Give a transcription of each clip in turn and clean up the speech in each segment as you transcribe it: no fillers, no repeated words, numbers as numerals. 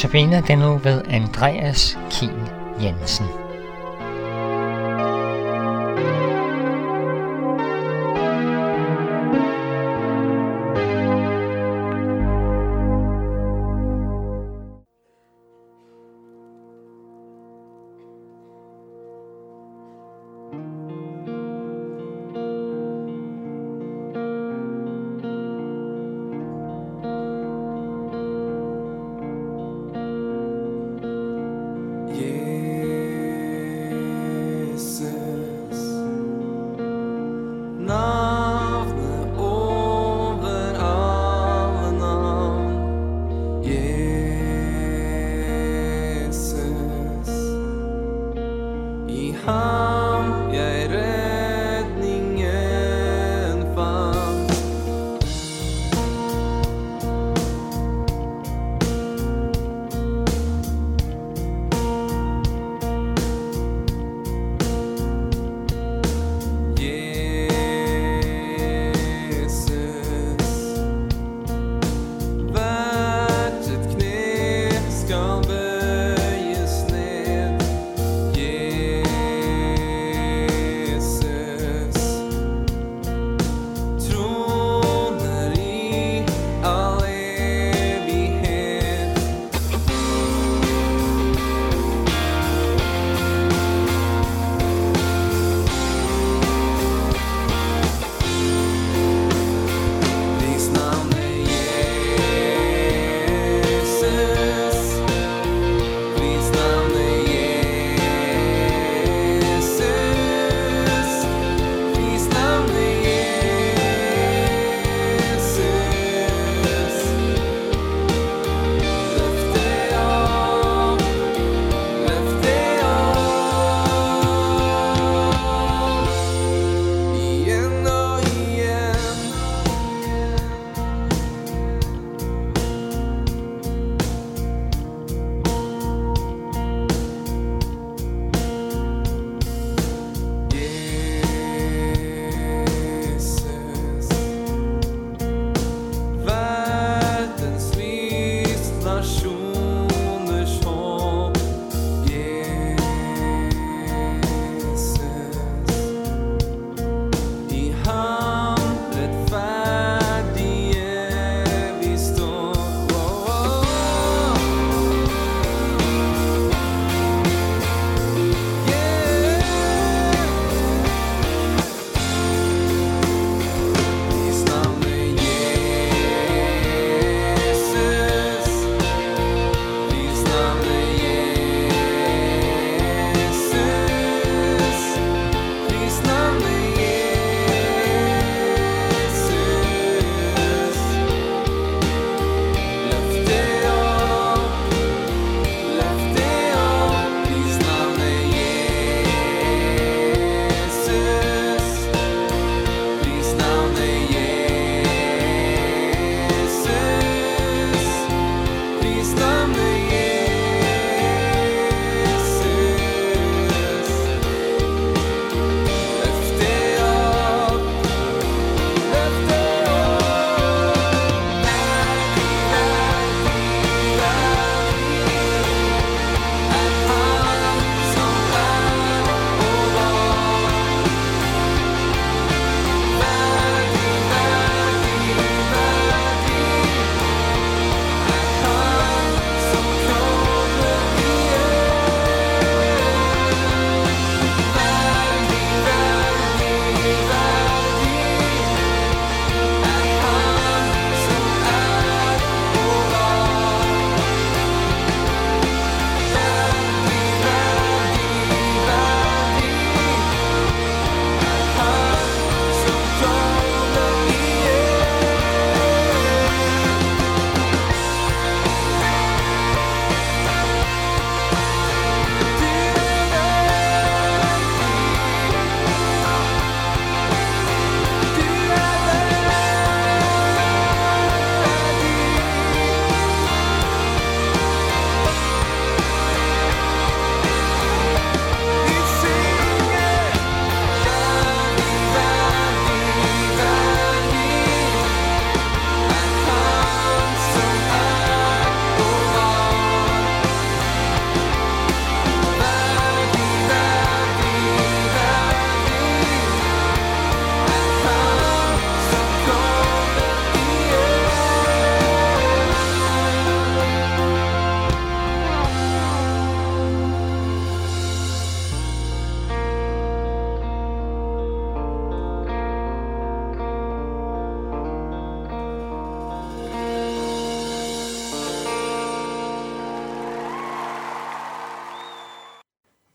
Notabene den nu ved Andreas Kiel Jensen.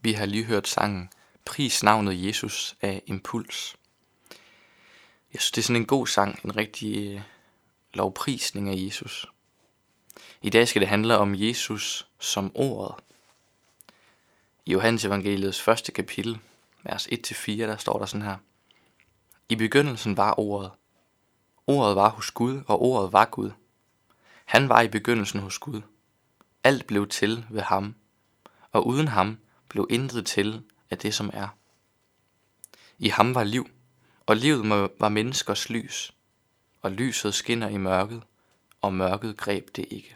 Vi har lige hørt sangen Pris navnet Jesus af Impuls. Jeg synes, det er sådan en god sang, en rigtig lovprisning af Jesus. I dag skal det handle om Jesus som ordet. I Johannes evangeliets 1. kapitel, vers 1-4, der står der sådan her. I begyndelsen var ordet. Ordet var hos Gud, og ordet var Gud. Han var i begyndelsen hos Gud. Alt blev til ved ham, og uden ham blev intet til af det, som er. I ham var liv, og livet var menneskers lys, og lyset skinner i mørket, og mørket greb det ikke.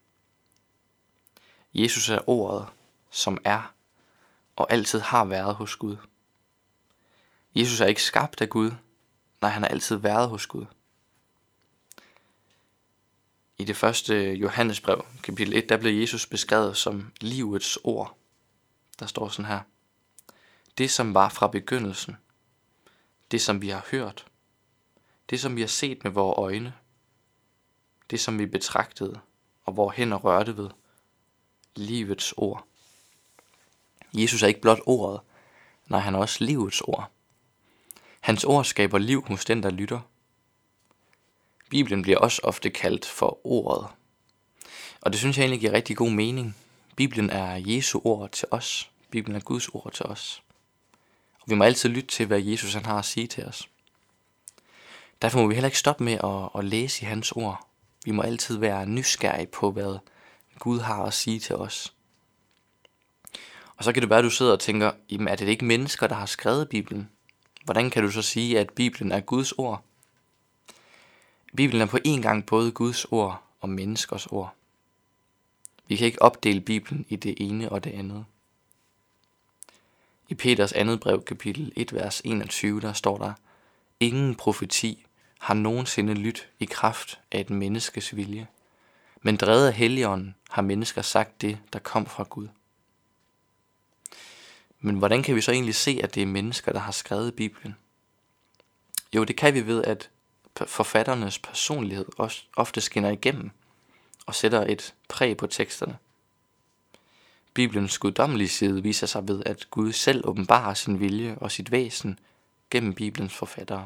Jesus er ordet, som er, og altid har været hos Gud. Jesus er ikke skabt af Gud, nej, han har altid været hos Gud. I det første Johannesbrev, kapitel 1, der blev Jesus beskrevet som livets ord. Der står sådan her. Det, som var fra begyndelsen. Det, som vi har hørt. Det, som vi har set med vores øjne. Det, som vi betragtede, og vores hænder rørte ved. Livets ord. Jesus er ikke blot ordet, nej, han er også livets ord. Hans ord skaber liv hos den, der lytter. Bibelen bliver også ofte kaldt for ordet. Og det synes jeg egentlig giver rigtig god mening. Bibelen er Jesu ord til os. Bibelen er Guds ord til os. Og vi må altid lytte til, hvad Jesus han har at sige til os. Derfor må vi heller ikke stoppe med at læse i hans ord. Vi må altid være nysgerrige på, hvad Gud har at sige til os. Og så kan det være, at du sidder og tænker, jamen er det ikke mennesker, der har skrevet Bibelen? Hvordan kan du så sige, at Bibelen er Guds ord? Bibelen er på en gang både Guds ord og menneskers ord. Vi kan ikke opdele Bibelen i det ene og det andet. I Peters andet brev, kapitel 1, vers 21, der står der, ingen profeti har nogensinde lydt i kraft af et menneskes vilje, men drevet af Helligånden har mennesker sagt det, der kom fra Gud. Men hvordan kan vi så egentlig se, at det er mennesker, der har skrevet Bibelen? Jo, det kan vi ved, at forfatternes personlighed også ofte skinner igennem og sætter et præg på teksterne. Bibelens guddommelige side viser sig ved, at Gud selv åbenbarer sin vilje og sit væsen gennem Bibelens forfattere.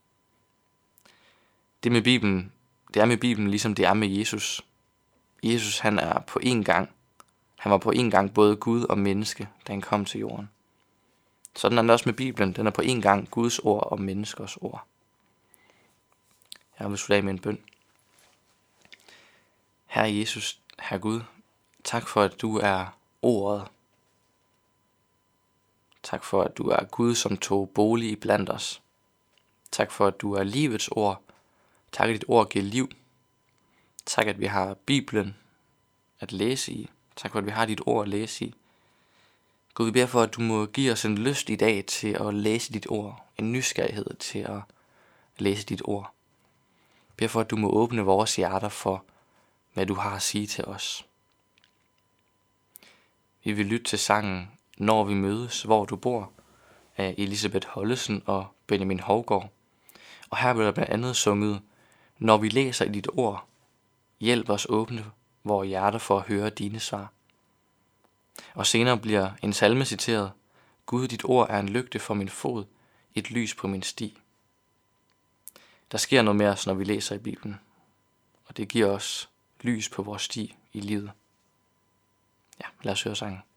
Det er med Bibelen ligesom det er med Jesus. Jesus han var på en gang både Gud og menneske, da han kom til jorden. Sådan er det også med Bibelen. Den er på en gang Guds ord og menneskers ord. Jeg vil slutte af med en bøn. Herre Jesus, Herre Gud, tak for, at du er ordet. Tak for, at du er Gud, som tog bolig i blandt os. Tak for, at du er livets ord. Tak, at dit ord giver liv. Tak, at vi har Bibelen at læse i. Tak for, at vi har dit ord at læse i. Gud, vi beder for, at du må give os en lyst i dag til at læse dit ord. En nysgerrighed til at læse dit ord. Jeg beder for, at du må åbne vores hjerter for, hvad du har at sige til os. Vi vil lytte til sangen Når vi mødes, hvor du bor, af Elisabeth Hollesen og Benjamin Hovgaard. Og her bliver der blandt andet sunget, når vi læser i dit ord, hjælp os åbne vores hjerter for at høre dine svar. Og senere bliver en salme citeret, Gud, dit ord er en lygte for min fod, et lys på min sti. Der sker noget med os, når vi læser i Bibelen, og det giver os lys på vores sti i livet. Ja, lad os høre sangen.